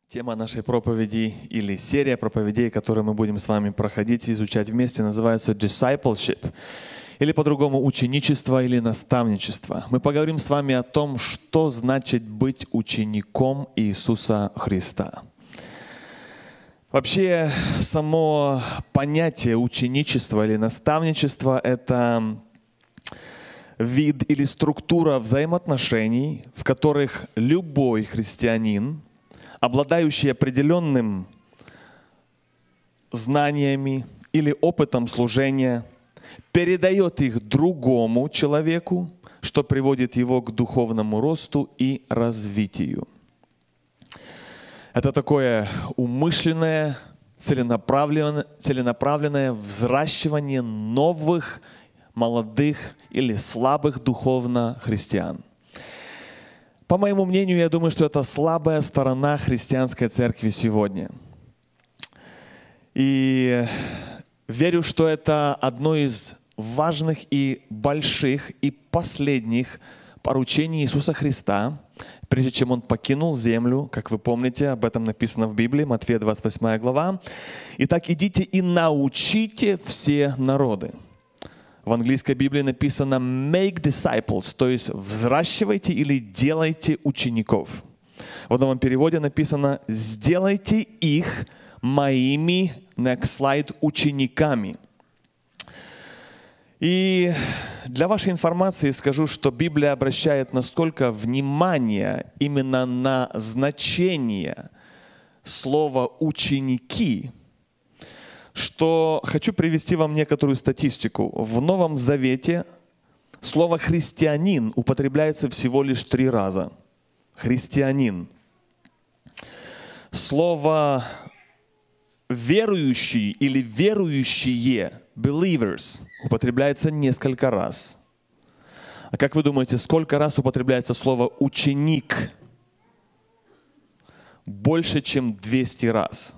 Тема нашей проповеди или серия проповедей, которую мы будем с вами проходить и изучать вместе, называется discipleship, или по-другому ученичество или наставничество. Мы поговорим с вами о том, что значит быть учеником Иисуса Христа. Вообще, само понятие ученичества или наставничества – это вид или структура взаимоотношений, в которых любой христианин, обладающий определенным знаниями или опытом служения, передает их другому человеку, что приводит его к духовному росту и развитию. Это такое умышленное, целенаправленное взращивание новых, молодых или слабых духовно христиан. По моему мнению, я думаю, что это слабая сторона христианской церкви сегодня. И верю, что это одно из важных и больших и последних поручений Иисуса Христа, прежде чем Он покинул землю, как вы помните, об этом написано в Библии, Матфея 28 глава. «Итак, идите и научите все народы». В английской Библии написано «make disciples», то есть «взращивайте» или «делайте учеников». В новом переводе написано «сделайте их моими», next slide, учениками. И для вашей информации скажу, что Библия обращает настолько внимание именно на значение слова «ученики», что хочу привести вам некоторую статистику. В Новом Завете слово «христианин» употребляется всего лишь 3 раза. Христианин. Слово «верующий» или «верующие» believers употребляется несколько раз. А как вы думаете, сколько раз употребляется слово «ученик»? Больше, чем 200 раз.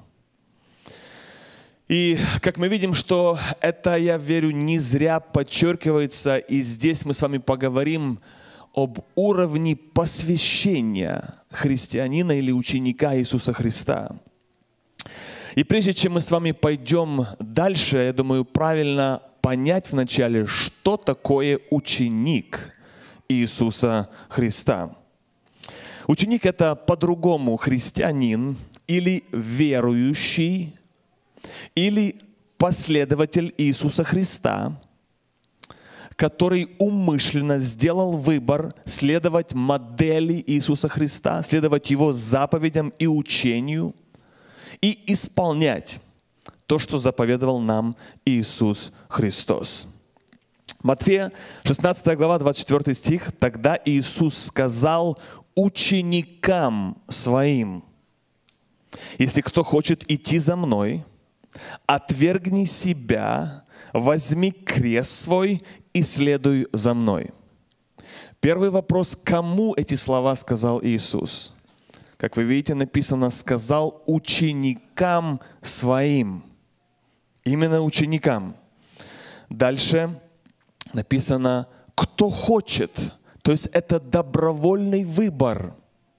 И как мы видим, что это, я верю, не зря подчеркивается, и здесь мы с вами поговорим об уровне посвящения христианина или ученика Иисуса Христа. И прежде чем мы с вами пойдем дальше, я думаю, правильно понять вначале, что такое ученик Иисуса Христа. Ученик – это по-другому христианин или верующий, или последователь Иисуса Христа, который умышленно сделал выбор следовать модели Иисуса Христа, следовать Его заповедям и учению и исполнять то, что заповедовал нам Иисус Христос. Матфея 16 глава, 24 стих. «Тогда Иисус сказал ученикам Своим: если кто хочет идти за Мной, отвергни себя, возьми крест свой и следуй за Мной». Первый вопрос: кому эти слова сказал Иисус? Как вы видите, написано «сказал ученикам Своим». Именно ученикам. Дальше написано «кто хочет». То есть это добровольный выбор.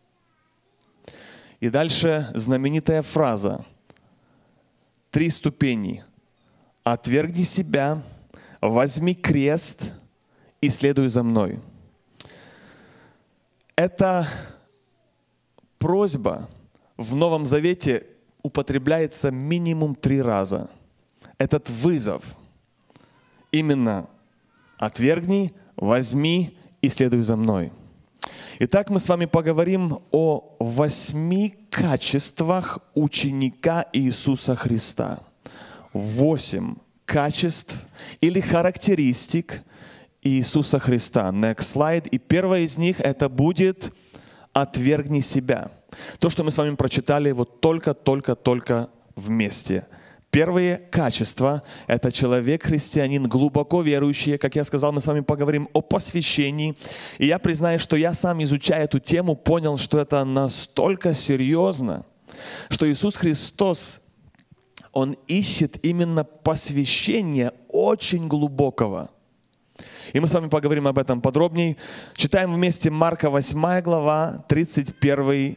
И дальше знаменитая фраза. 3 ступени. Отвергни себя, возьми крест и следуй за Мной. Эта просьба в Новом Завете употребляется минимум 3 раза. Этот вызов. Именно отвергни, возьми и следуй за Мной. Итак, мы с вами поговорим о 8 качествах ученика Иисуса Христа. 8 качеств или характеристик Иисуса Христа. Next slide. И первое из них это будет «отвергни себя». То, что мы с вами прочитали вот только вместе. Первые качества – это человек, христианин, глубоко верующий. Как я сказал, мы с вами поговорим о посвящении. И я признаю, что я сам, изучая эту тему, понял, что это настолько серьезно, что Иисус Христос, Он ищет именно посвящения очень глубокого. И мы с вами поговорим об этом подробнее. Читаем вместе Марка 8 глава, 31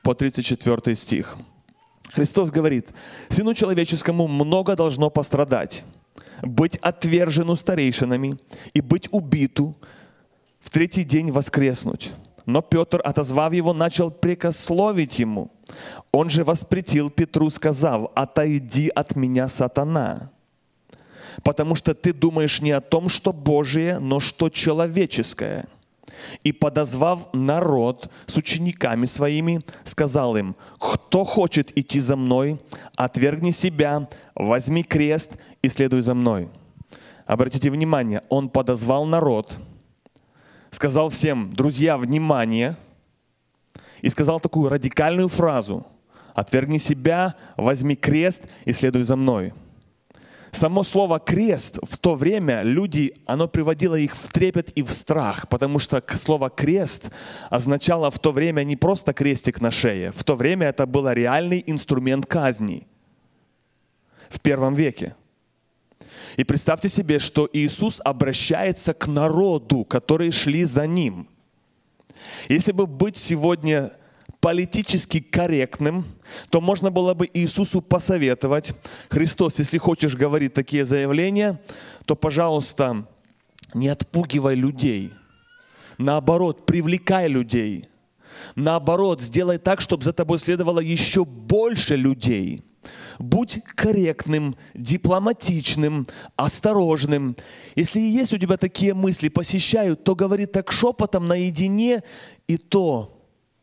по 34 стих. Христос говорит: «Сыну человеческому много должно пострадать, быть отвержену старейшинами и быть убиту, в третий день воскреснуть». Но Петр, отозвав его, начал прекословить ему. Он же воспретил Петру, сказав: «Отойди от меня, сатана, потому что ты думаешь не о том, что Божие, но что человеческое». И, подозвав народ с учениками своими, сказал им: «Кто хочет идти за мной, отвергни себя, возьми крест и следуй за мной». Обратите внимание, он подозвал народ, сказал всем: друзья, внимание, и сказал такую радикальную фразу: «Отвергни себя, возьми крест и следуй за мной». Само слово «крест» в то время люди, оно приводило их в трепет и в страх, потому что слово «крест» означало в то время не просто крестик на шее. В то время это был реальный инструмент казни в первом веке. И представьте себе, что Иисус обращается к народу, которые шли за Ним. Если бы быть сегодня политически корректным, то можно было бы Иисусу посоветовать: Христос, если хочешь говорить такие заявления, то, пожалуйста, не отпугивай людей. Наоборот, привлекай людей. Наоборот, сделай так, чтобы за тобой следовало еще больше людей. Будь корректным, дипломатичным, осторожным. Если и есть у тебя такие мысли, посещают, то говори так шепотом, наедине, и то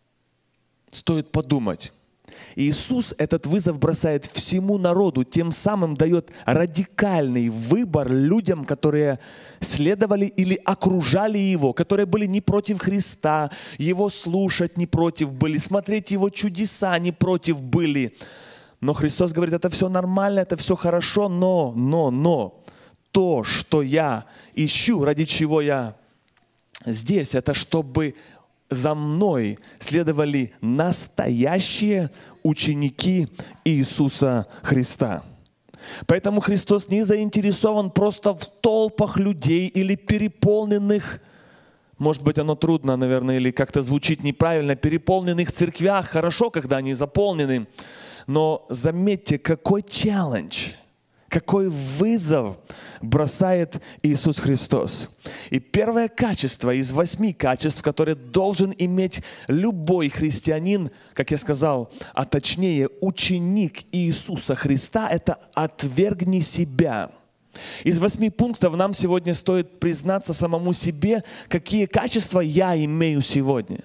стоит подумать. Иисус этот вызов бросает всему народу, тем самым дает радикальный выбор людям, которые следовали или окружали Его, которые были не против Христа, Его слушать не против были, смотреть Его чудеса не против были. Но Христос говорит: это все нормально, это все хорошо, но то, что я ищу, ради чего я здесь, это чтобы за мной следовали настоящие ученики Иисуса Христа. Поэтому Христос не заинтересован просто в толпах людей или переполненных, может быть, оно трудно, наверное, или как-то звучит неправильно, переполненных церквях. Хорошо, когда они заполнены, но заметьте, какой челлендж, какой вызов бросает Иисус Христос. И первое качество из 8 качеств, которые должен иметь любой христианин, как я сказал, а точнее ученик Иисуса Христа, это «отвергни себя». Из 8 пунктов нам сегодня стоит признаться самому себе, какие качества я имею сегодня.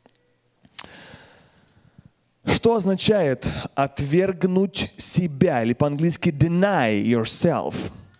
Что означает отвергнуть себя, или по-английски deny yourself?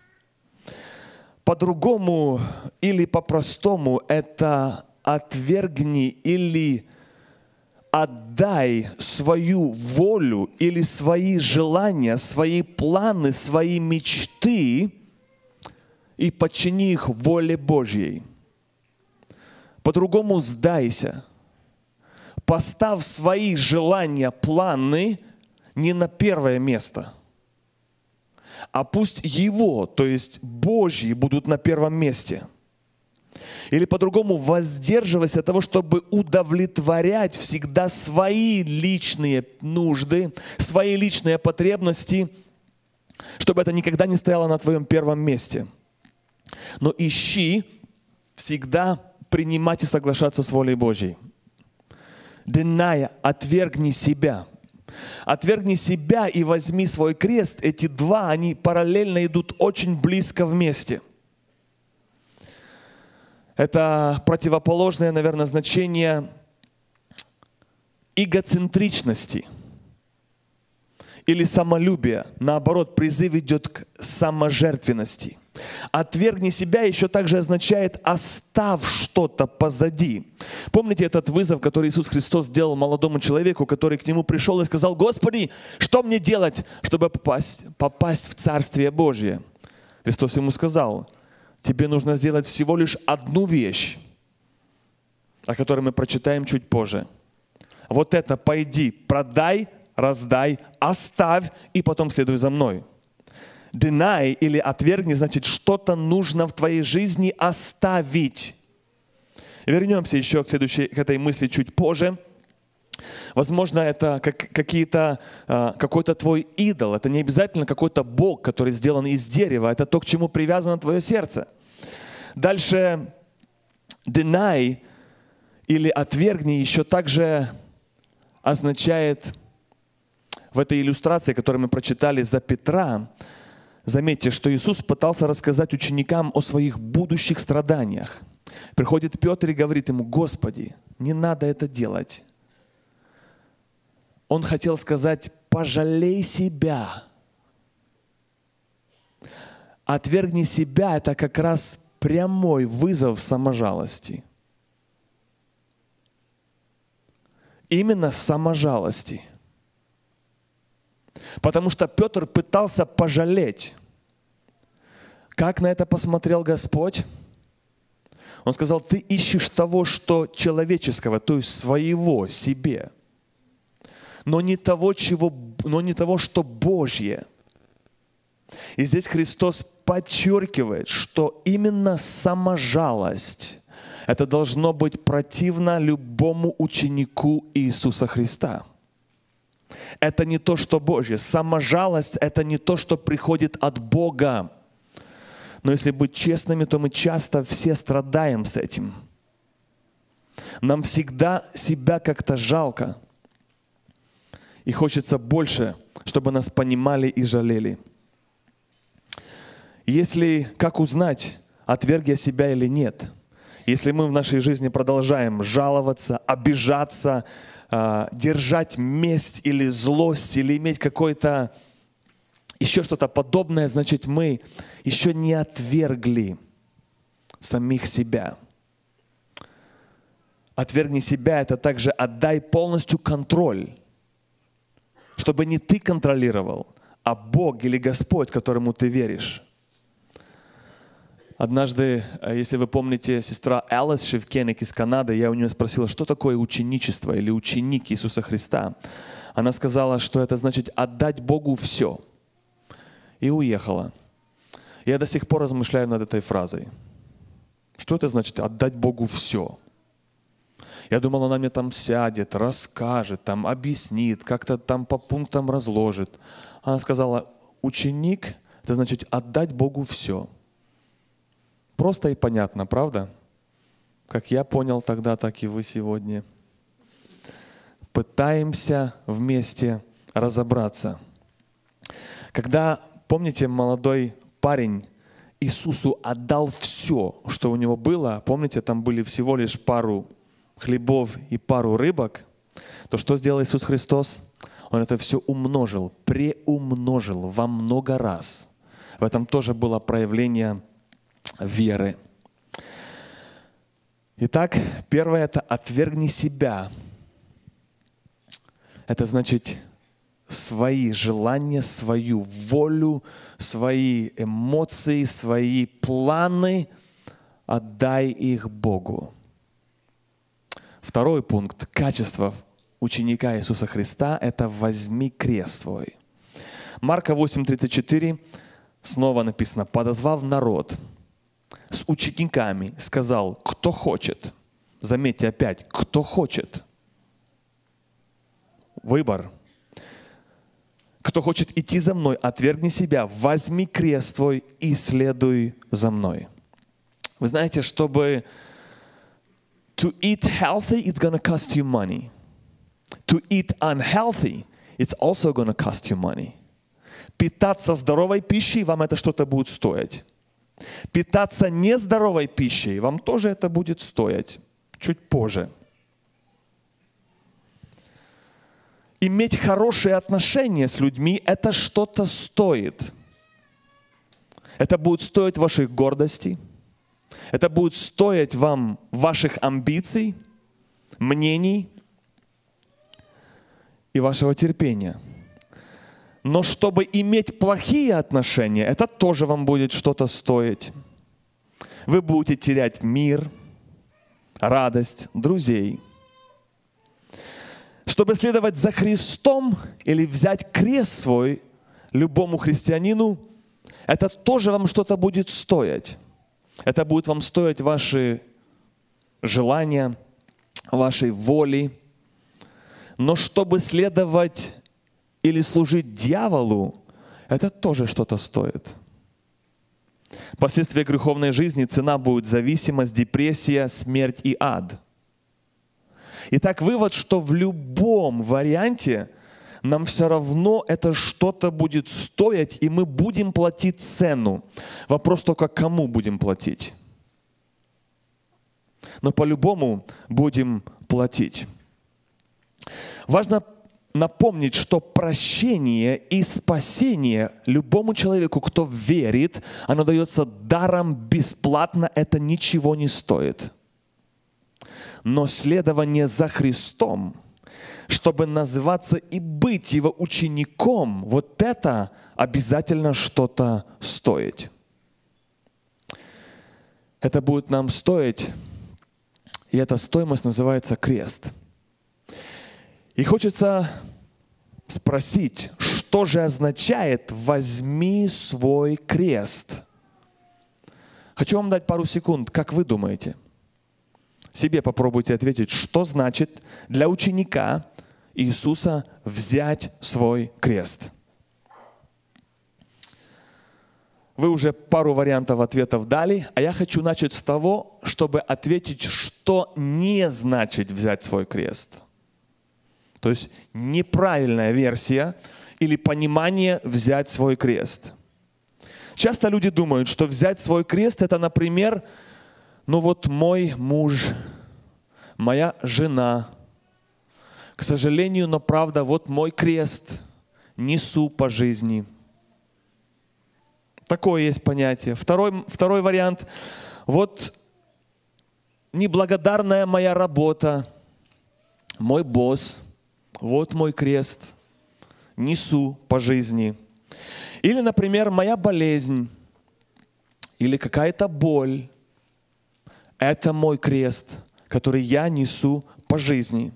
По-другому или по-простому это отвергни или отдай свою волю или свои желания, свои планы, свои мечты и подчини их воле Божьей. По-другому сдайся. Поставь свои желания, планы не на первое место, а пусть Его, то есть Божьи, будут на первом месте. Или по-другому, воздерживайся от того, чтобы удовлетворять всегда свои личные нужды, свои личные потребности, чтобы это никогда не стояло на твоем первом месте. Но ищи всегда принимать и соглашаться с волей Божьей. Deny, отвергни себя. Отвергни себя и возьми свой крест. Эти два, они параллельно идут очень близко вместе. Это противоположное, наверное, значение эгоцентричности или самолюбия. Наоборот, призыв идет к саможертвенности. Отвергни себя еще также означает оставь что-то позади. Помните этот вызов, который Иисус Христос сделал молодому человеку, который к нему пришел и сказал: «Господи, что мне делать, чтобы попасть в Царствие Божие?» Христос ему сказал: тебе нужно сделать всего лишь одну вещь, о которой мы прочитаем чуть позже. Вот это пойди, продай, раздай, оставь и потом следуй за мной. Deny или отвергни, значит, что-то нужно в твоей жизни оставить. Вернемся еще к этой мысли чуть позже. Возможно, это какой-то твой идол. Это не обязательно какой-то Бог, который сделан из дерева. Это то, к чему привязано твое сердце. Дальше deny или отвергни еще также означает в этой иллюстрации, которую мы прочитали за Петра. Заметьте, что Иисус пытался рассказать ученикам о своих будущих страданиях. Приходит Петр и говорит ему: Господи, не надо это делать. Он хотел сказать: пожалей себя. Отвергни себя — это как раз прямой вызов саможалости. Именно саможалости. Потому что Петр пытался пожалеть. Как на это посмотрел Господь? Он сказал: ты ищешь того, что человеческого, то есть своего, себе. Но не того, что Божье. И здесь Христос подчеркивает, что именно саможалость — это должно быть противно любому ученику Иисуса Христа. Это не то, что Божье. Саможалость — это не то, что приходит от Бога. Но если быть честными, то мы часто все страдаем с этим. Нам всегда себя как-то жалко. И хочется больше, чтобы нас понимали и жалели. Как узнать, отверг я себя или нет? Если мы в нашей жизни продолжаем жаловаться, обижаться, держать месть или злость, или иметь какое-то еще что-то подобное, значит, мы еще не отвергли самих себя. Отвергни себя — это также отдай полностью контроль, чтобы не ты контролировал, а Бог или Господь, которому ты веришь. Однажды, если вы помните, сестра Элис Шевкеник из Канады, я у нее спросила, что такое ученичество или ученик Иисуса Христа. Она сказала, что это значит отдать Богу все. И уехала. Я до сих пор размышляю над этой фразой. Что это значит отдать Богу все? Я думал, она мне там сядет, расскажет, там объяснит, как-то там по пунктам разложит. Она сказала: ученик — это значит отдать Богу все. Просто и понятно, правда? Как я понял тогда, так и вы сегодня. Пытаемся вместе разобраться. Когда, помните, молодой парень Иисусу отдал все, что у него было, помните, там были всего лишь пару хлебов и пару рыбок, то что сделал Иисус Христос? Он это все умножил, преумножил во много раз. В этом тоже было проявление веры. Итак, первое — это отвергни себя. Это значит свои желания, свою волю, свои эмоции, свои планы, отдай их Богу. Второй пункт качества ученика Иисуса Христа — это возьми крест свой. Марка 8:34 снова написано: подозвав народ с учениками, сказал: кто хочет. Заметьте опять, кто хочет. Выбор. Кто хочет идти за мной, отвергни себя, возьми крест твой и следуй за мной. Вы знаете, чтобы to eat healthy, it's gonna cost you money. To eat unhealthy, it's also gonna cost you money. Питаться здоровой пищей, вам это что-то будет стоить. Питаться нездоровой пищей, вам тоже это будет стоить чуть позже. Иметь хорошие отношения с людьми — это что-то стоит. Это будет стоить вашей гордости. Это будет стоить вам ваших амбиций, мнений и вашего терпения. Но чтобы иметь плохие отношения, это тоже вам будет что-то стоить. Вы будете терять мир, радость, друзей. Чтобы следовать за Христом или взять крест свой любому христианину, это тоже вам что-то будет стоить. Это будет вам стоить ваши желания, вашей воли, Но чтобы следовать или служить дьяволу, это тоже что-то стоит. Последствия греховной жизни, цена будет зависимость, депрессия, смерть и ад. Итак, вывод, что в любом варианте нам все равно это что-то будет стоить, и мы будем платить цену. Вопрос только, кому будем платить. Но по-любому будем платить. Важно напомнить, что прощение и спасение любому человеку, кто верит, оно дается даром, бесплатно, это ничего не стоит. Но следование за Христом, чтобы называться и быть Его учеником, вот это обязательно что-то стоит. Это будет нам стоить, и эта стоимость называется крест. И хочется спросить, что же означает «возьми свой крест»? Хочу вам дать пару секунд. Как вы думаете? Себе попробуйте ответить, что значит для ученика Иисуса взять свой крест. Вы уже пару вариантов ответов дали, а я хочу начать с того, чтобы ответить, что не значит взять свой крест. То есть неправильная версия или понимание взять свой крест. Часто люди думают, что взять свой крест это, например, мой муж, моя жена. К сожалению, но правда, вот мой крест несу по жизни. Такое есть понятие. Второй вариант. Вот неблагодарная моя работа, мой босс, вот мой крест, несу по жизни. Или, например, моя болезнь, или какая-то боль. Это мой крест, который я несу по жизни.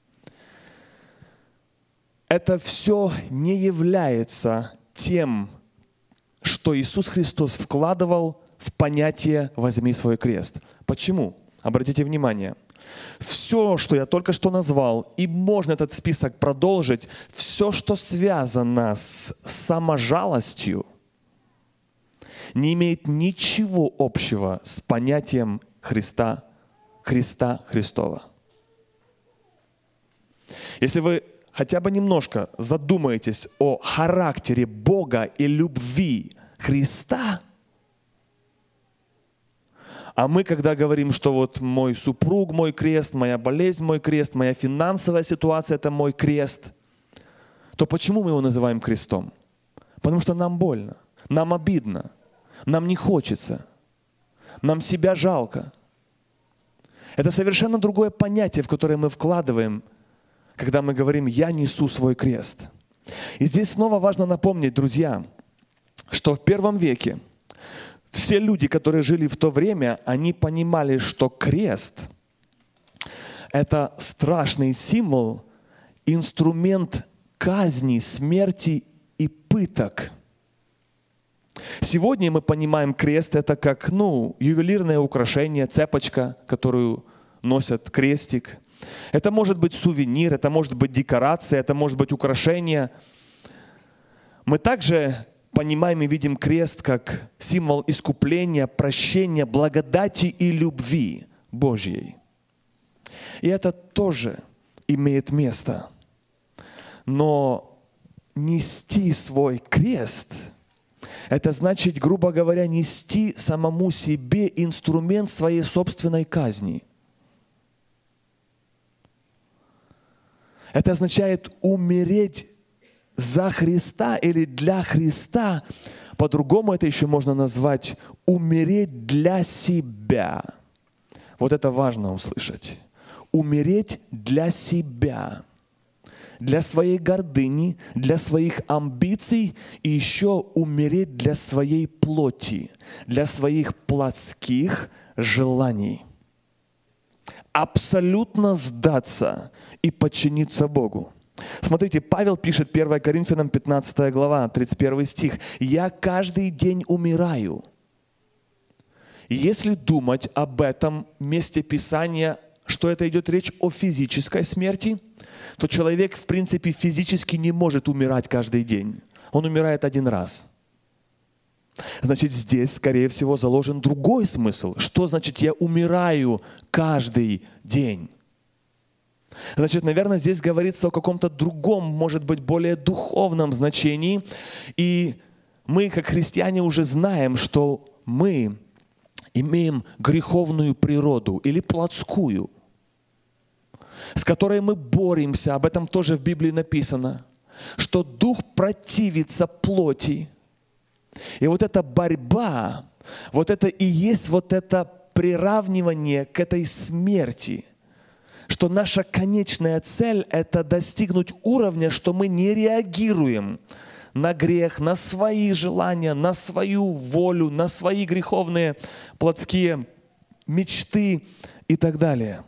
Это все не является тем, что Иисус Христос вкладывал в понятие «возьми свой крест». Почему? Обратите внимание. Все, что я только что назвал, и можно этот список продолжить, все, что связано с саможалостью, не имеет ничего общего с понятием Христа Христова. Если вы хотя бы немножко задумаетесь о характере Бога и любви Христа, а мы, когда говорим, что вот мой супруг, мой крест, моя болезнь, мой крест, моя финансовая ситуация – это мой крест, то почему мы его называем крестом? Потому что нам больно, нам обидно, нам не хочется, нам себя жалко. Это совершенно другое понятие, в которое мы вкладываем, когда мы говорим «я несу свой крест». И здесь снова важно напомнить, друзья, что в первом веке все люди, которые жили в то время, они понимали, что крест – это страшный символ, инструмент казни, смерти и пыток. Сегодня мы понимаем крест – это как ювелирное украшение, цепочка, которую носят, крестик. Это может быть сувенир, это может быть декорация, это может быть украшение. Мы также понимаем и видим крест как символ искупления, прощения, благодати и любви Божьей. И это тоже имеет место. Но нести свой крест – это значит, грубо говоря, нести самому себе инструмент своей собственной казни. Это означает умереть за Христа или для Христа. По-другому это еще можно назвать умереть для себя. Вот это важно услышать. Умереть для себя. Для своей гордыни, для своих амбиций и еще умереть для своей плоти, для своих плотских желаний. Абсолютно сдаться и подчиниться Богу. Смотрите, Павел пишет 1 Коринфянам 15 глава, 31 стих. «Я каждый день умираю». Если думать об этом месте Писания, что это идет речь о физической смерти, то человек, в принципе, физически не может умирать каждый день. Он умирает один раз. Значит, здесь, скорее всего, заложен другой смысл. Что значит «я умираю каждый день»? Значит, наверное, здесь говорится о каком-то другом, может быть, более духовном значении. И мы, как христиане, уже знаем, что мы имеем греховную природу или плотскую, с которой мы боремся. Об этом тоже в Библии написано, что дух противится плоти. И вот эта борьба, вот это и есть вот это приравнивание к этой смерти, что наша конечная цель – это достигнуть уровня, что мы не реагируем на грех, на свои желания, на свою волю, на свои греховные плотские мечты и так далее.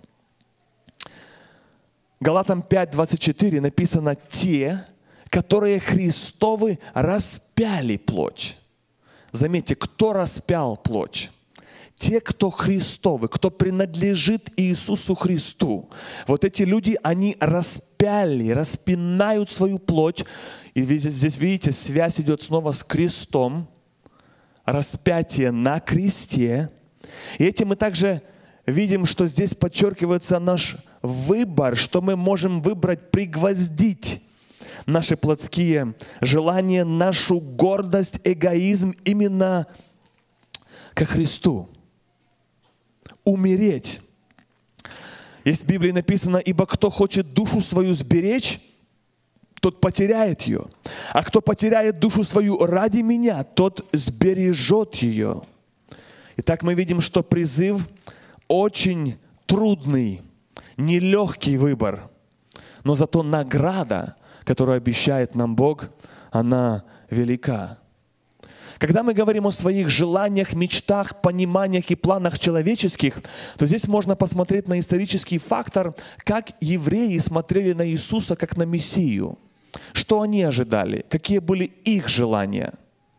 Галатам 5:24 написано: «Те, которые Христовы, распяли плоть». Заметьте, кто распял плоть? Те, кто Христовы, кто принадлежит Иисусу Христу. Вот эти люди, они распяли, распинают свою плоть. И здесь, видите, связь идет снова с крестом. Распятие на кресте. И этим мы также видим, что здесь подчеркивается наш выбор, что мы можем выбрать пригвоздить наши плотские желания, нашу гордость, эгоизм именно ко Христу. Умереть. Есть в Библии написано: «Ибо кто хочет душу свою сберечь, тот потеряет ее. А кто потеряет душу свою ради меня, тот сбережет ее». Итак, мы видим, что призыв очень трудный, нелегкий выбор. Но зато награда, которую обещает нам Бог, она велика. Когда мы говорим о своих желаниях, мечтах, пониманиях и планах человеческих, то здесь можно посмотреть на исторический фактор, как евреи смотрели на Иисуса как на Мессию. Что они ожидали? Какие были их желания?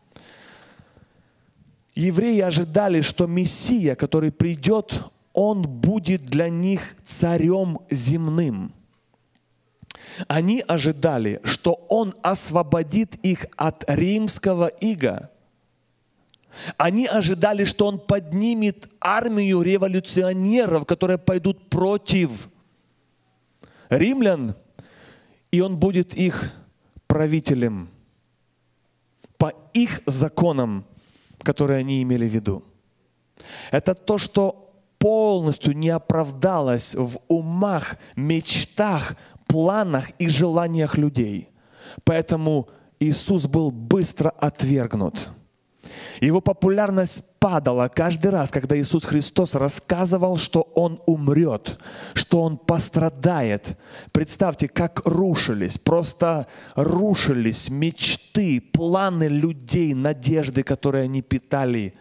Евреи ожидали, что Мессия, который придет, Он будет для них царем земным. Они ожидали, что Он освободит их от римского ига. Они ожидали, что Он поднимет армию революционеров, которые пойдут против римлян, и Он будет их правителем по их законам, которые они имели в виду. Это то, что полностью не оправдалось в умах, мечтах, планах и желаниях людей. Поэтому Иисус был быстро отвергнут. Его популярность падала каждый раз, когда Иисус Христос рассказывал, что Он умрет, что Он пострадает. Представьте, как просто рушились мечты, планы людей, надежды, которые они питали.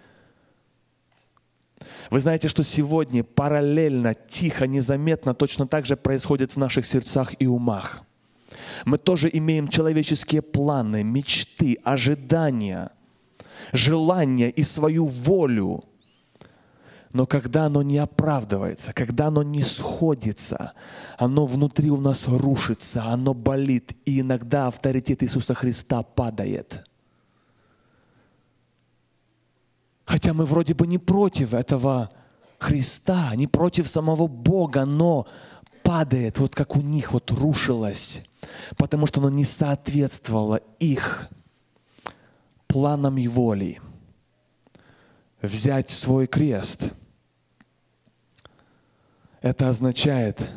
Вы знаете, что сегодня параллельно, тихо, незаметно точно так же происходит в наших сердцах и умах. Мы тоже имеем человеческие планы, мечты, ожидания, желания и свою волю. Но когда оно не оправдывается, когда оно не сходится, оно внутри у нас рушится, оно болит, и иногда авторитет Иисуса Христа падает. Хотя мы вроде бы не против этого Христа, не против самого Бога, но падает, вот как у них вот рушилось, потому что оно не соответствовало их планам и воле. Взять свой крест — это означает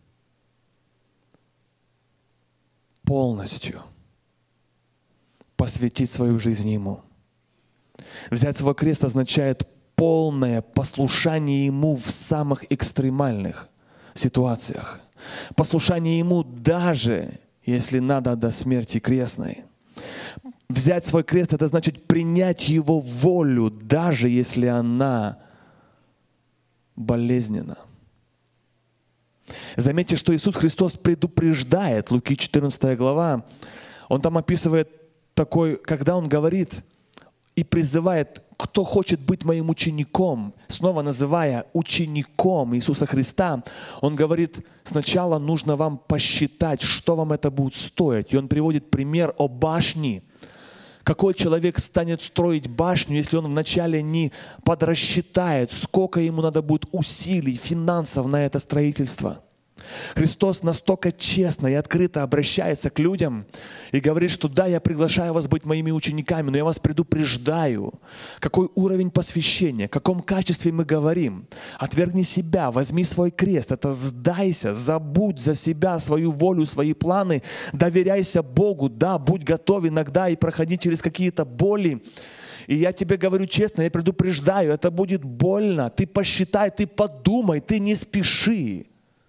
полностью посвятить свою жизнь Ему. Взять свой крест означает полное послушание Ему в самых экстремальных ситуациях. Послушание Ему даже, если надо, до смерти крестной. Взять свой крест — это значит принять Его волю, даже если она болезненна. Заметьте, что Иисус Христос предупреждает, Луки 14 глава, Он там описывает такой, когда Он говорит: и призывает, кто хочет быть моим учеником, снова называя учеником Иисуса Христа, Он говорит, сначала нужно вам посчитать, что вам это будет стоить. И Он приводит пример о башне. Какой человек станет строить башню, если он вначале не подрасчитает, сколько ему надо будет усилий, финансов на это строительство? Христос настолько честно и открыто обращается к людям и говорит, что да, я приглашаю вас быть моими учениками, но я вас предупреждаю, какой уровень посвящения, в каком качестве мы говорим. Отвергни себя, возьми свой крест, это сдайся, забудь за себя свою волю, свои планы, доверяйся Богу, да, будь готов иногда и проходи через какие-то боли. И я тебе говорю честно, я предупреждаю, это будет больно, ты посчитай, ты подумай, ты не спеши.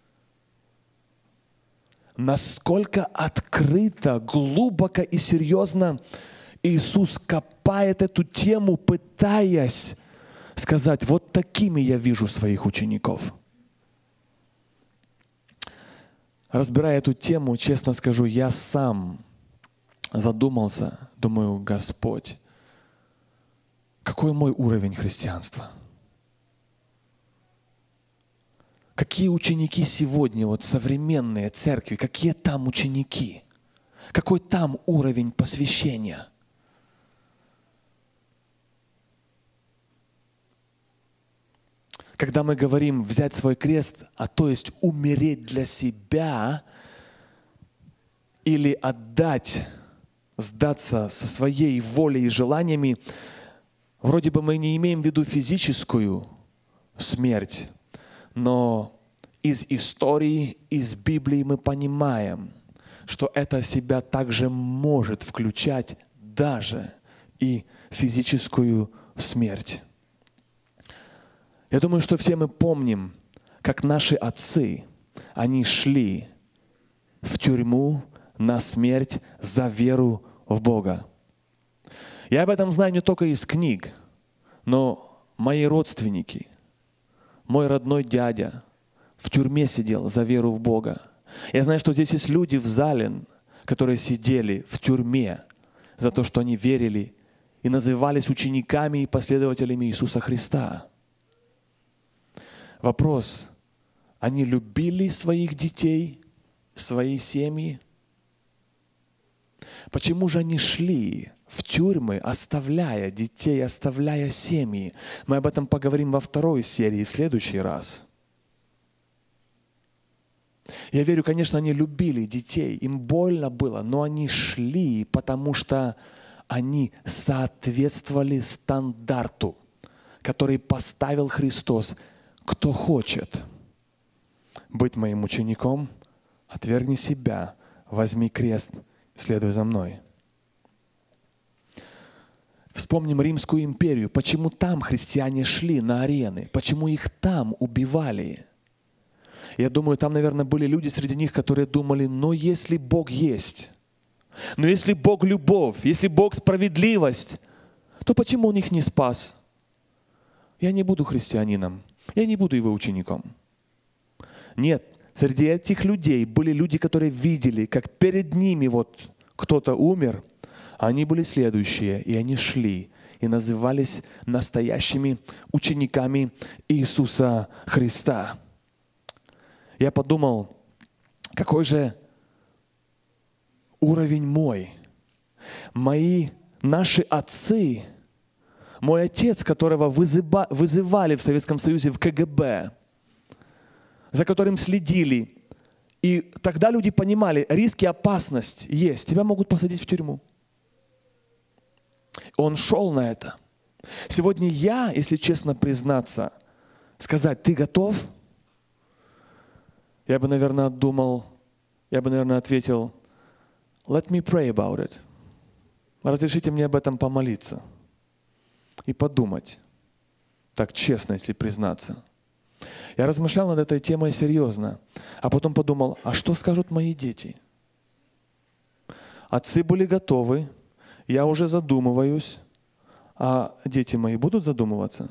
Насколько открыто, глубоко и серьезно Иисус копает эту тему, пытаясь сказать, вот такими я вижу своих учеников. Разбирая эту тему, честно скажу, я сам задумался, думаю, Господь, какой мой уровень христианства? Какие ученики сегодня, вот современные церкви, какие там ученики? Какой там уровень посвящения? Когда мы говорим взять свой крест, а то есть умереть для себя или отдать, сдаться со своей волей и желаниями, вроде бы мы не имеем в виду физическую смерть, но из истории, из Библии мы понимаем, что это себя также может включать даже и физическую смерть. Я думаю, что все мы помним, как наши отцы, они шли в тюрьму на смерть за веру в Бога. Я об этом знаю не только из книг, но мои родственники, мой родной дядя в тюрьме сидел за веру в Бога. Я знаю, что здесь есть люди в зале, которые сидели в тюрьме за то, что они верили и назывались учениками и последователями Иисуса Христа. Вопрос, они любили своих детей, свои семьи? Почему же они шли в тюрьмы, оставляя детей, оставляя семьи? Мы об этом поговорим во второй серии в следующий раз. Я верю, конечно, они любили детей, им больно было, но они шли, потому что они соответствовали стандарту, который поставил Христос. Кто хочет быть моим учеником, отвергни себя, возьми крест, следуй за мной. Вспомним Римскую империю. Почему там христиане шли на арены? Почему их там убивали? Я думаю, там, наверное, были люди среди них, которые думали, но если Бог есть, но если Бог любовь, если Бог справедливость, то почему Он их не спас? Я не буду христианином, я не буду его учеником. Нет, среди этих людей были люди, которые видели, как перед ними вот кто-то умер, а они были следующие, и они шли, и назывались настоящими учениками Иисуса Христа. Я подумал, какой же уровень мой? Наши отцы, мой отец, которого вызывали в Советском Союзе в КГБ, за которым следили. И тогда люди понимали, риски, опасность есть. Тебя могут посадить в тюрьму. Он шел на это. Сегодня я, если честно признаться, сказать, ты готов? Я бы, наверное, ответил, let me pray about it. Разрешите мне об этом помолиться и подумать. Так честно, если признаться. Я размышлял над этой темой серьезно, а потом подумал, а что скажут мои дети? Отцы были готовы, я уже задумываюсь, а дети мои будут задумываться?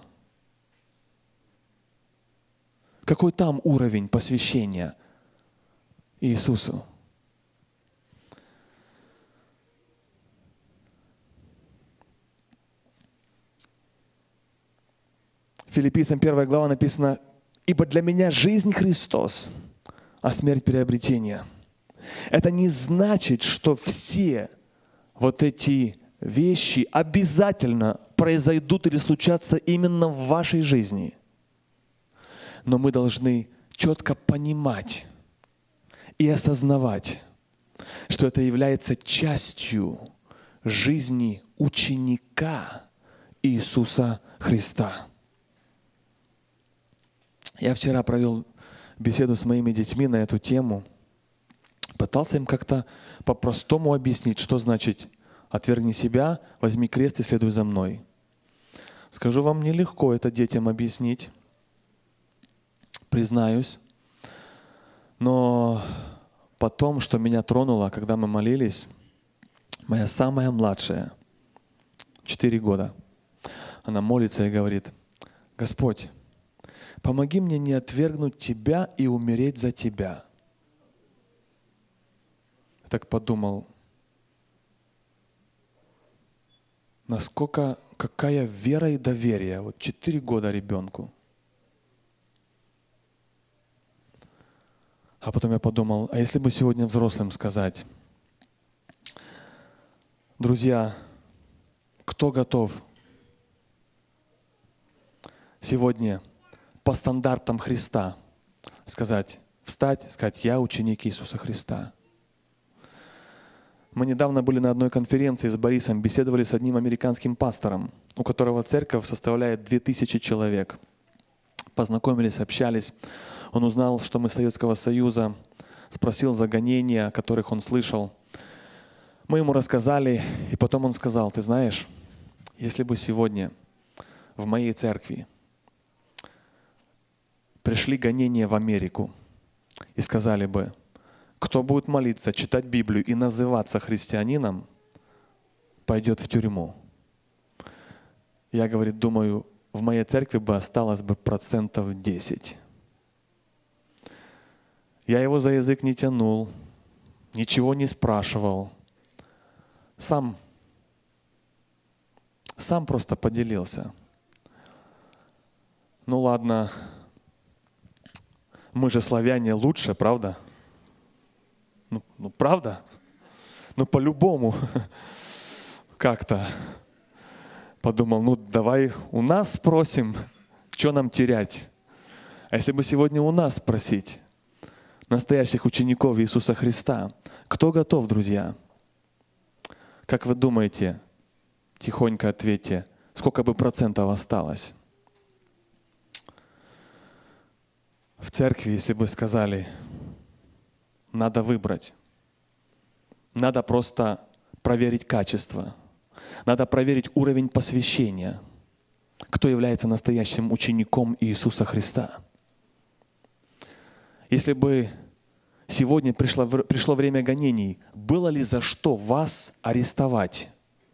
Какой там уровень посвящения Иисусу? Филиппийцам 1 глава написано: «Ибо для меня жизнь Христос, а смерть приобретение». Это не значит, что все вот эти вещи обязательно произойдут или случатся именно в вашей жизни. Но мы должны четко понимать и осознавать, что это является частью жизни ученика Иисуса Христа. Я вчера провел беседу с моими детьми на эту тему. Пытался им как-то по-простому объяснить, что значит «отвергни себя, возьми крест и следуй за мной». Скажу вам, нелегко это детям объяснить, признаюсь. Но потом, что меня тронуло, когда мы молились, моя самая младшая, 4 года, она молится и говорит: «Господь, помоги мне не отвергнуть Тебя и умереть за Тебя». Я так подумал, насколько, какая вера и доверие. Вот 4 года ребенку. А потом я подумал, а если бы сегодня взрослым сказать: друзья, кто готов сегодня по стандартам Христа встать, сказать: я ученик Иисуса Христа. Мы недавно были на одной конференции с Борисом, беседовали с одним американским пастором, у которого церковь составляет 2000 человек. Познакомились, общались. Он узнал, что мы из Советского Союза, спросил за гонения, о которых он слышал. Мы ему рассказали, и потом он сказал: ты знаешь, если бы сегодня в моей церкви пришли гонения в Америку и сказали бы: кто будет молиться, читать Библию и называться христианином, пойдет в тюрьму. Я, говорит, думаю, в моей церкви бы осталось бы 10%. Я его за язык не тянул, ничего не спрашивал. Сам просто поделился. Ну ладно, мы же славяне лучше, правда? Ну правда? Ну по-любому. Как-то. Подумал, ну давай у нас спросим, что нам терять. А если бы сегодня у нас спросить, настоящих учеников Иисуса Христа, кто готов, друзья? Как вы думаете, тихонько ответьте, сколько бы процентов осталось? В церкви, если бы сказали, надо выбрать, надо просто проверить качество, надо проверить уровень посвящения, кто является настоящим учеником Иисуса Христа. Если бы сегодня пришло время гонений, было ли за что вас арестовать?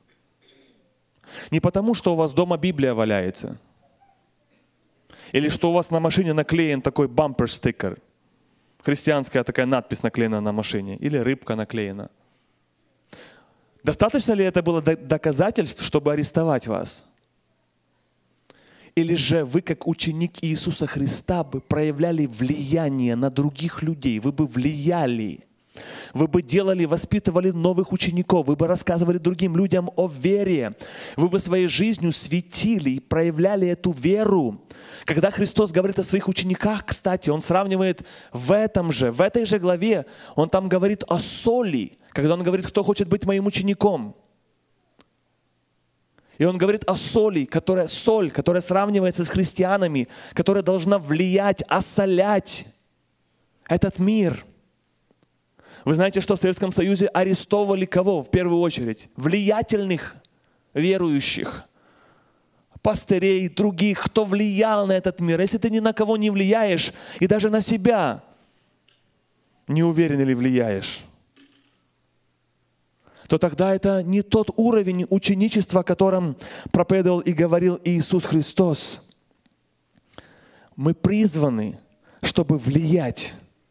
Не потому, что у вас дома Библия валяется, или что у вас на машине наклеен такой бампер-стикер, христианская такая надпись наклеена на машине, или рыбка наклеена. Достаточно ли это было доказательств, чтобы арестовать вас? Или же вы, как ученик Иисуса Христа, бы проявляли влияние на других людей, вы бы влияли, вы бы делали, воспитывали новых учеников, вы бы рассказывали другим людям о вере, вы бы своей жизнью светили и проявляли эту веру. Когда Христос говорит о своих учениках, кстати, Он сравнивает в этой же главе, Он там говорит о соли, когда Он говорит, кто хочет быть моим учеником. И Он говорит о соль, которая сравнивается с христианами, которая должна влиять, осолять этот мир. Вы знаете, что в Советском Союзе арестовывали кого в первую очередь? Влиятельных верующих, пастырей, других, кто влиял на этот мир. Если ты ни на кого не влияешь, и даже на себя не уверен или влияешь, то тогда это не тот уровень ученичества, о котором проповедовал и говорил Иисус Христос. Мы призваны, чтобы влиять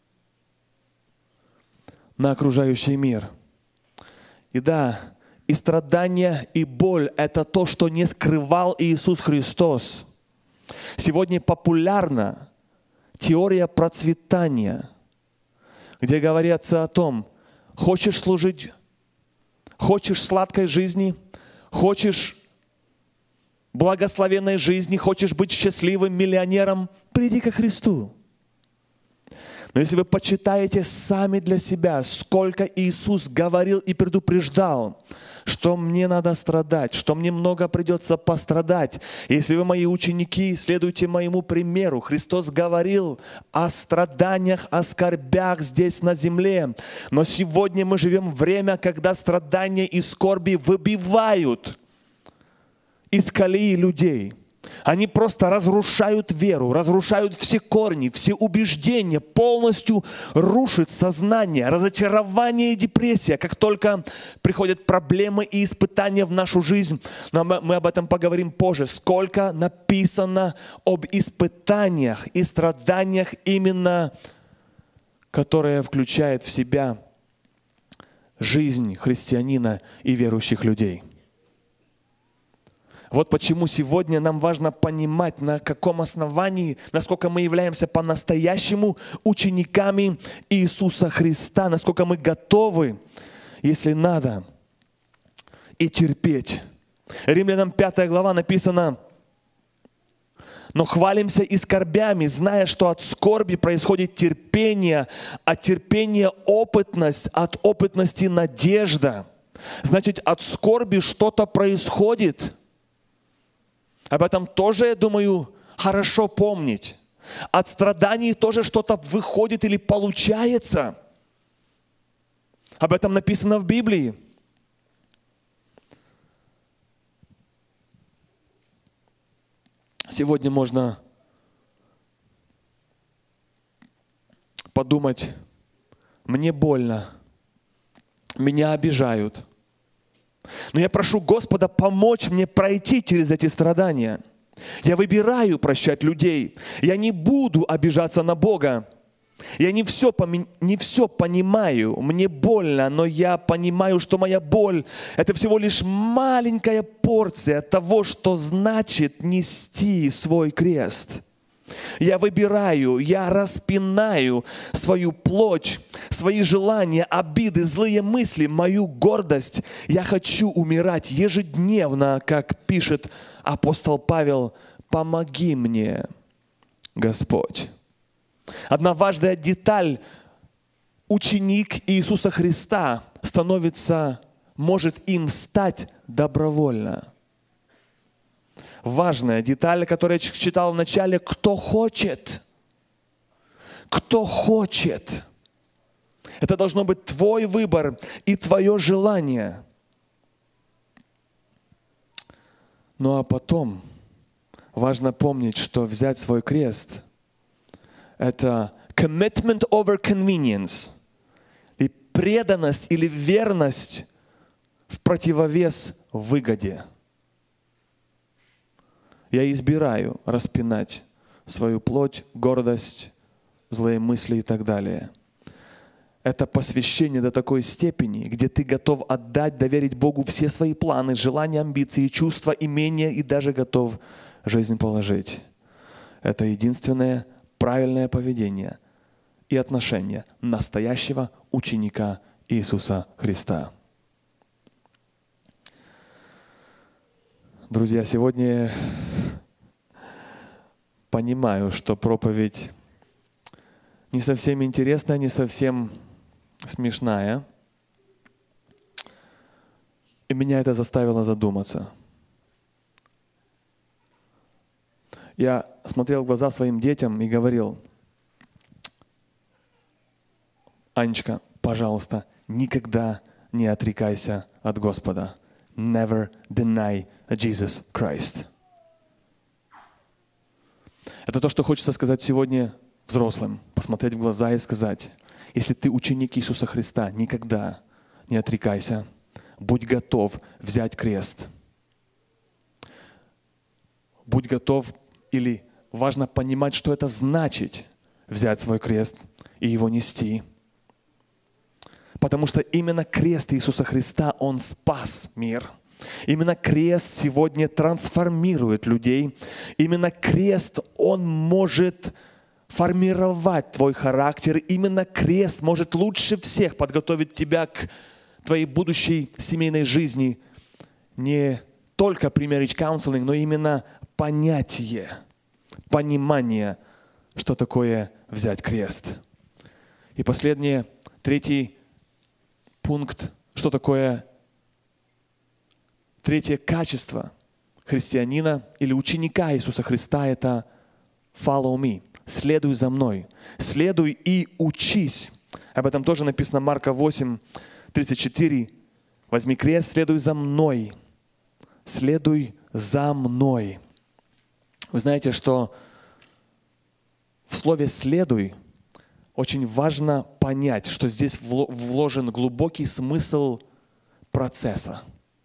на окружающий мир. И да, и страдания, и боль – это то, что не скрывал Иисус Христос. Сегодня популярна теория процветания, где говорится о том, хочешь служить, хочешь сладкой жизни, хочешь благословенной жизни, хочешь быть счастливым миллионером, приди ко Христу. Но если вы почитаете сами для себя, сколько Иисус говорил и предупреждал, что мне надо страдать, что мне много придется пострадать. Если вы мои ученики, следуйте моему примеру. Христос говорил о страданиях, о скорбях здесь на земле. Но сегодня мы живем в время, когда страдания и скорби выбивают из колеи людей. Они просто разрушают веру, разрушают все корни, все убеждения, полностью рушат сознание, разочарование и депрессия. Как только приходят проблемы и испытания в нашу жизнь, но мы об этом поговорим позже, сколько написано об испытаниях и страданиях именно, которые включают в себя жизнь христианина и верующих людей. Вот почему сегодня нам важно понимать, на каком основании, насколько мы являемся по-настоящему учениками Иисуса Христа, насколько мы готовы, если надо, и терпеть. Римлянам 5 глава написано: «Но хвалимся и скорбями, зная, что от скорби происходит терпение, от терпения опытность, от опытности надежда». Значит, от скорби что-то происходит. Об этом тоже, я думаю, хорошо помнить. От страданий тоже что-то выходит или получается. Об этом написано в Библии. Сегодня можно подумать: мне больно, меня обижают. Но я прошу Господа помочь мне пройти через эти страдания. Я выбираю прощать людей. Я не буду обижаться на Бога. Я не все понимаю. Мне больно, но я понимаю, что моя боль – это всего лишь маленькая порция того, что значит нести свой крест. Я выбираю, я распинаю свою плоть, свои желания, обиды, злые мысли, мою гордость. Я хочу умирать ежедневно, как пишет апостол Павел: «Помоги мне, Господь». Одна важная деталь: ученик Иисуса Христа может им стать добровольно. Важная деталь, которую я читал в начале: кто хочет. Кто хочет. Это должно быть твой выбор и твое желание. Ну а потом важно помнить, что взять свой крест – это commitment over convenience, и преданность или верность в противовес выгоде. Я избираю распинать свою плоть, гордость, злые мысли и так далее. Это посвящение до такой степени, где ты готов отдать, доверить Богу все свои планы, желания, амбиции, чувства, имения и даже готов жизнь положить. Это единственное правильное поведение и отношение настоящего ученика Иисуса Христа. Друзья, сегодня понимаю, что проповедь не совсем интересная, не совсем смешная. И меня это заставило задуматься. Я смотрел в глаза своим детям и говорил: Анечка, пожалуйста, никогда не отрекайся от Господа. Never deny Jesus Christ. Это то, что хочется сказать сегодня взрослым. Посмотреть в глаза и сказать: если ты ученик Иисуса Христа, никогда не отрекайся. Будь готов взять крест. Будь готов, или важно понимать, что это значит взять свой крест и его нести. Потому что именно крест Иисуса Христа, Он спас мир. Именно крест сегодня трансформирует людей. Именно крест, он может формировать твой характер. Именно крест может лучше всех подготовить тебя к твоей будущей семейной жизни. Не только pre-marriage counseling, но именно понятие, понимание, что такое взять крест. И последнее, третий пункт, что такое третье качество христианина или ученика Иисуса Христа – это follow me, следуй за мной, следуй и учись. Об этом тоже написано Марка 8:34. Возьми крест, следуй за мной, следуй за мной. Вы знаете, что в слове «следуй» очень важно понять, что здесь вложен глубокий смысл процесса.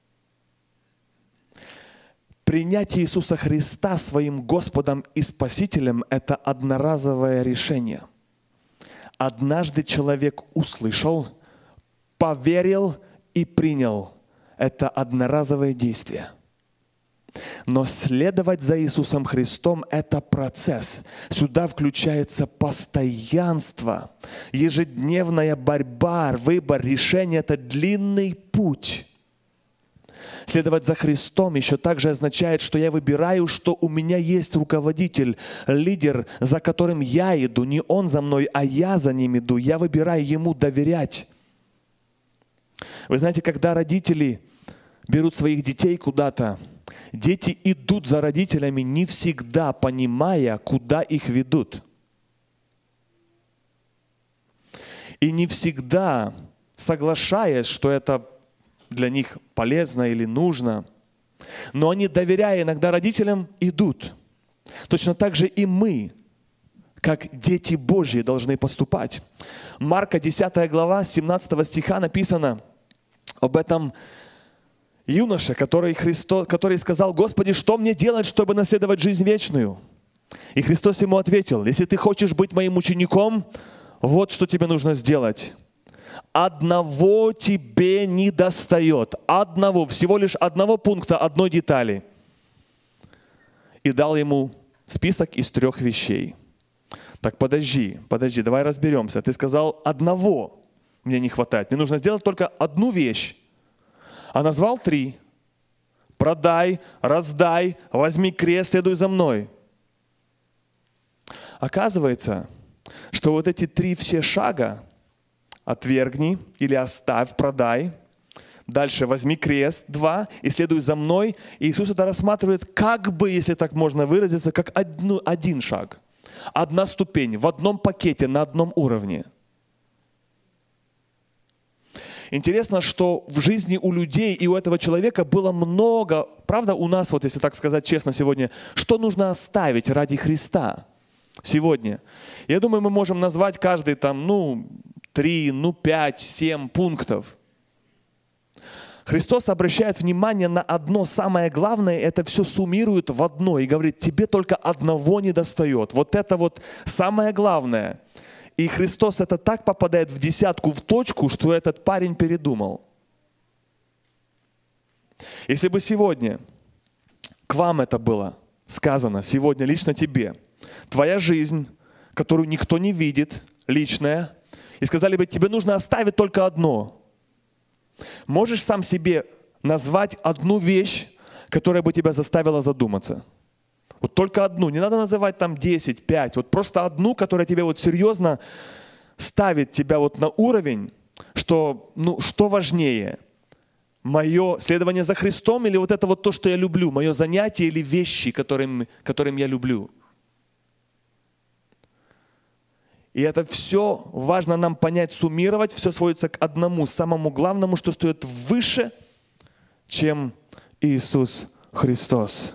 Принятие Иисуса Христа своим Господом и Спасителем – это одноразовое решение. Однажды человек услышал, поверил и принял. Это одноразовое действие. Но следовать за Иисусом Христом – это процесс. Сюда включается постоянство, ежедневная борьба, выбор, решение – это длинный путь. Следовать за Христом еще также означает, что я выбираю, что у меня есть руководитель, лидер, за которым я иду. Не он за мной, а я за ним иду. Я выбираю ему доверять. Вы знаете, когда родители берут своих детей куда-то, дети идут за родителями, не всегда понимая, куда их ведут. И не всегда соглашаясь, что это для них полезно или нужно. Но они, доверяя иногда родителям, идут. Точно так же и мы, как дети Божьи, должны поступать. Марка 10 глава, 17 стиха написано об этом юноше, который сказал: «Господи, что мне делать, чтобы наследовать жизнь вечную?» И Христос ему ответил: «Если ты хочешь быть моим учеником, вот что тебе нужно сделать. Одного тебе не достает». Одного, всего лишь одного пункта, одной детали. И дал ему список из 3 вещей. Так, подожди, давай разберемся. Ты сказал, одного мне не хватает. Мне нужно сделать только одну вещь. А назвал 3. Продай, раздай, возьми крест, следуй за мной. Оказывается, что вот эти 3 все шага: отвергни или оставь, продай. Дальше возьми крест, 2, и следуй за мной. И Иисус это рассматривает как бы, если так можно выразиться, как один шаг. Одна ступень, в одном пакете, на одном уровне. Интересно, что в жизни у людей и у этого человека было много, правда, у нас, вот если так сказать честно сегодня, что нужно оставить ради Христа сегодня. Я думаю, мы можем назвать каждый 3, 5, 7 пунктов. Христос обращает внимание на одно самое главное, это все суммирует в одно и говорит: тебе только одного не достает. Вот это вот самое главное. И Христос это так попадает в десятку, в точку, что этот парень передумал. Если бы сегодня к вам это было сказано, сегодня лично тебе, твоя жизнь, которую никто не видит, личная, и сказали бы: тебе нужно оставить только одно. Можешь сам себе назвать одну вещь, которая бы тебя заставила задуматься? Вот только одну. Не надо называть 10, 5. Вот просто одну, которая тебя вот серьезно ставит тебя вот на уровень, что, что важнее? Мое следование за Христом или вот это вот то, что я люблю? Мое занятие или вещи, которым я люблю? И это все важно нам понять, суммировать. Все сводится к одному, самому главному, что стоит выше, чем Иисус Христос.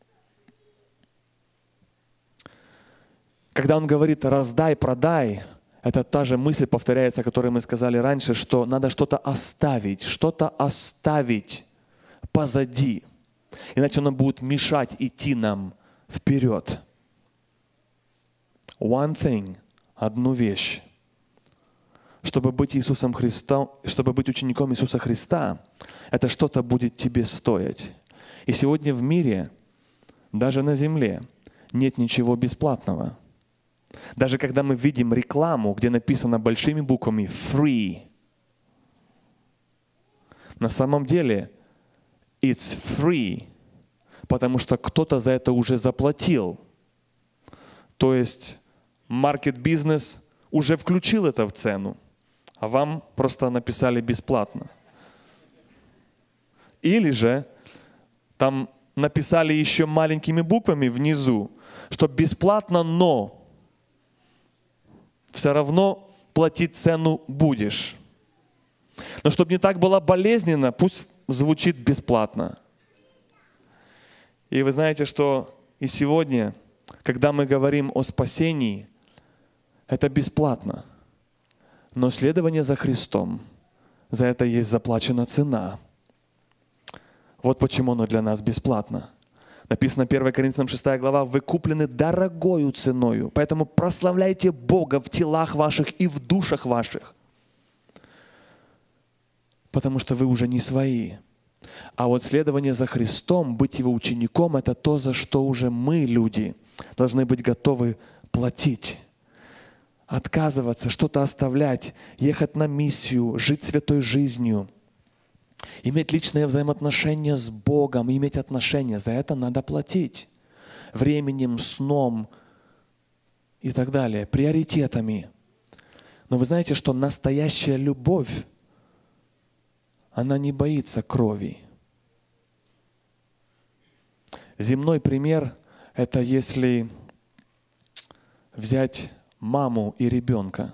Когда Он говорит «раздай, продай», это та же мысль повторяется, о которой мы сказали раньше, что надо что-то оставить позади. Иначе оно будет мешать идти нам вперед. One thing. Одну вещь. Чтобы быть Иисусом Христом, чтобы быть учеником Иисуса Христа, это что-то будет тебе стоить. И сегодня в мире, даже на земле, нет ничего бесплатного. Даже когда мы видим рекламу, где написано большими буквами «free», на самом деле it's free, потому что кто-то за это уже заплатил. То есть маркет-бизнес уже включил это в цену, а вам просто написали бесплатно. Или же там написали еще маленькими буквами внизу, что бесплатно, но все равно платить цену будешь. Но чтобы не так было болезненно, пусть звучит бесплатно. И вы знаете, что и сегодня, когда мы говорим о спасении, это бесплатно. Но следование за Христом, за это есть заплачена цена. Вот почему оно для нас бесплатно. Написано 1 Коринфянам 6 глава, вы куплены дорогою ценою, поэтому прославляйте Бога в телах ваших и в душах ваших. Потому что вы уже не свои. А вот следование за Христом, быть Его учеником, это то, за что уже мы, люди, должны быть готовы платить. Отказываться, что-то оставлять, ехать на миссию, жить святой жизнью, иметь личные взаимоотношения с Богом, иметь отношения. За это надо платить. Временем, сном и так далее, приоритетами. Но вы знаете, что настоящая любовь, она не боится крови. Земной пример – это если взять маму и ребенка.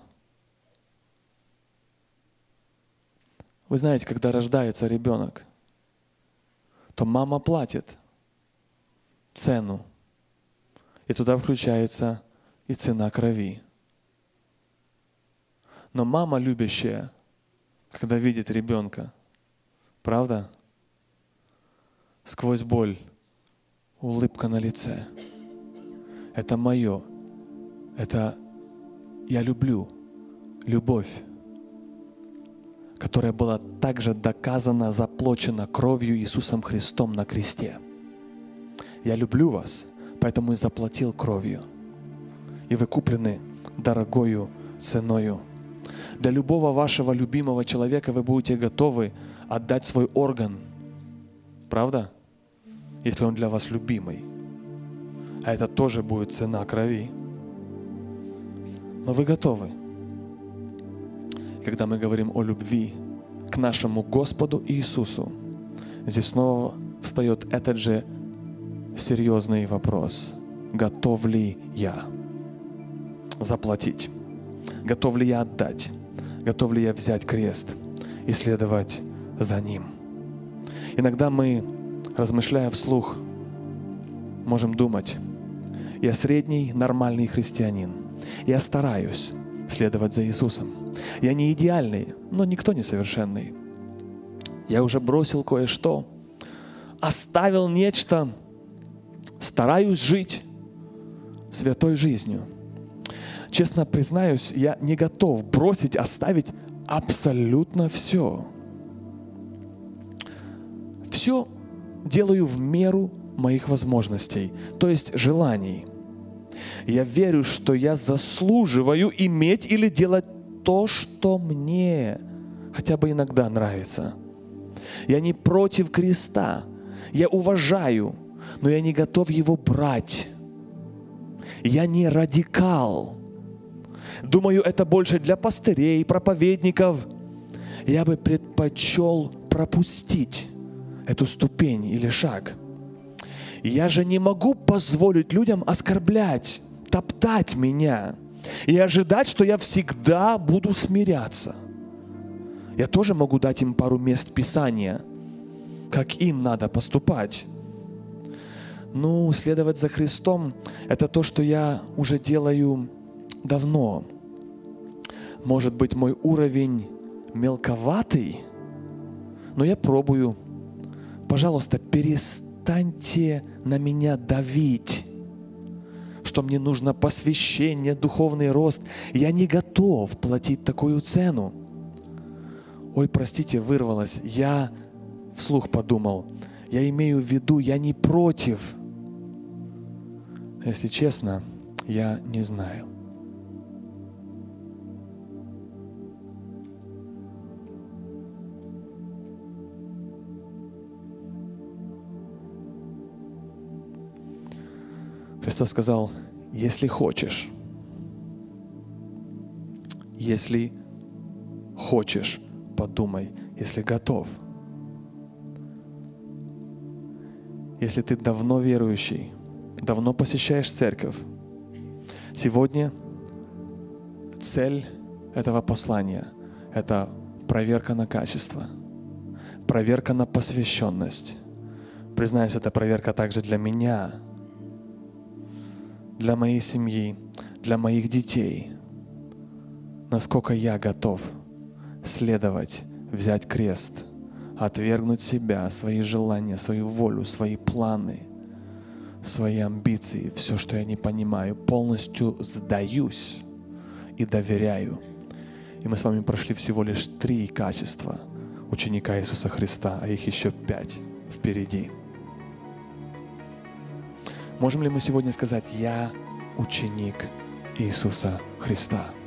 Вы знаете, когда рождается ребенок, то мама платит цену. И туда включается и цена крови. Но мама любящая, когда видит ребенка, правда? Сквозь боль улыбка на лице. Это мое. Это я люблю. Любовь, которая была также доказана, заплачена кровью Иисусом Христом на кресте. Я люблю вас, поэтому и заплатил кровью. И вы куплены дорогою ценою. Для любого вашего любимого человека вы будете готовы отдать свой орган. Правда? Если он для вас любимый. А это тоже будет цена крови. Но вы готовы. Когда мы говорим о любви к нашему Господу Иисусу, здесь снова встает этот же серьезный вопрос. Готов ли я заплатить? Готов ли я отдать? Готов ли я взять крест и следовать за Ним? Иногда мы, размышляя вслух, можем думать: я средний, нормальный христианин. Я стараюсь следовать за Иисусом. Я не идеальный, но никто не совершенный. Я уже бросил кое-что, оставил нечто, стараюсь жить святой жизнью. Честно признаюсь, я не готов бросить, оставить абсолютно все. Все делаю в меру моих возможностей, то есть желаний. Я верю, что я заслуживаю иметь или делать то, что мне хотя бы иногда нравится. Я не против креста, я уважаю, но я не готов его брать. Я не радикал. Думаю, это больше для пастырей, проповедников. Я бы предпочел пропустить эту ступень или шаг. Я же не могу позволить людям оскорблять, топтать меня и ожидать, что я всегда буду смиряться. Я тоже могу дать им пару мест Писания, как им надо поступать. Следовать за Христом – это то, что я уже делаю давно. Может быть, мой уровень мелковатый, но я пробую. Пожалуйста, перестаньте на меня давить, что мне нужно посвящение, духовный рост. Я не готов платить такую цену. Ой, простите, вырвалось. Я вслух подумал, я имею в виду, я не против. Если честно, я не знаю. Христос сказал, если хочешь, подумай, если готов. Если ты давно верующий, давно посещаешь церковь, сегодня цель этого послания — это проверка на качество, проверка на посвященность. Признаюсь, это проверка также для меня, для моей семьи, для моих детей. Насколько я готов следовать, взять крест, отвергнуть себя, свои желания, свою волю, свои планы, свои амбиции, все, что я не понимаю, полностью сдаюсь и доверяю. И мы с вами прошли всего лишь 3 качества ученика Иисуса Христа, а их еще 5 впереди. Можем ли мы сегодня сказать, я ученик Иисуса Христа?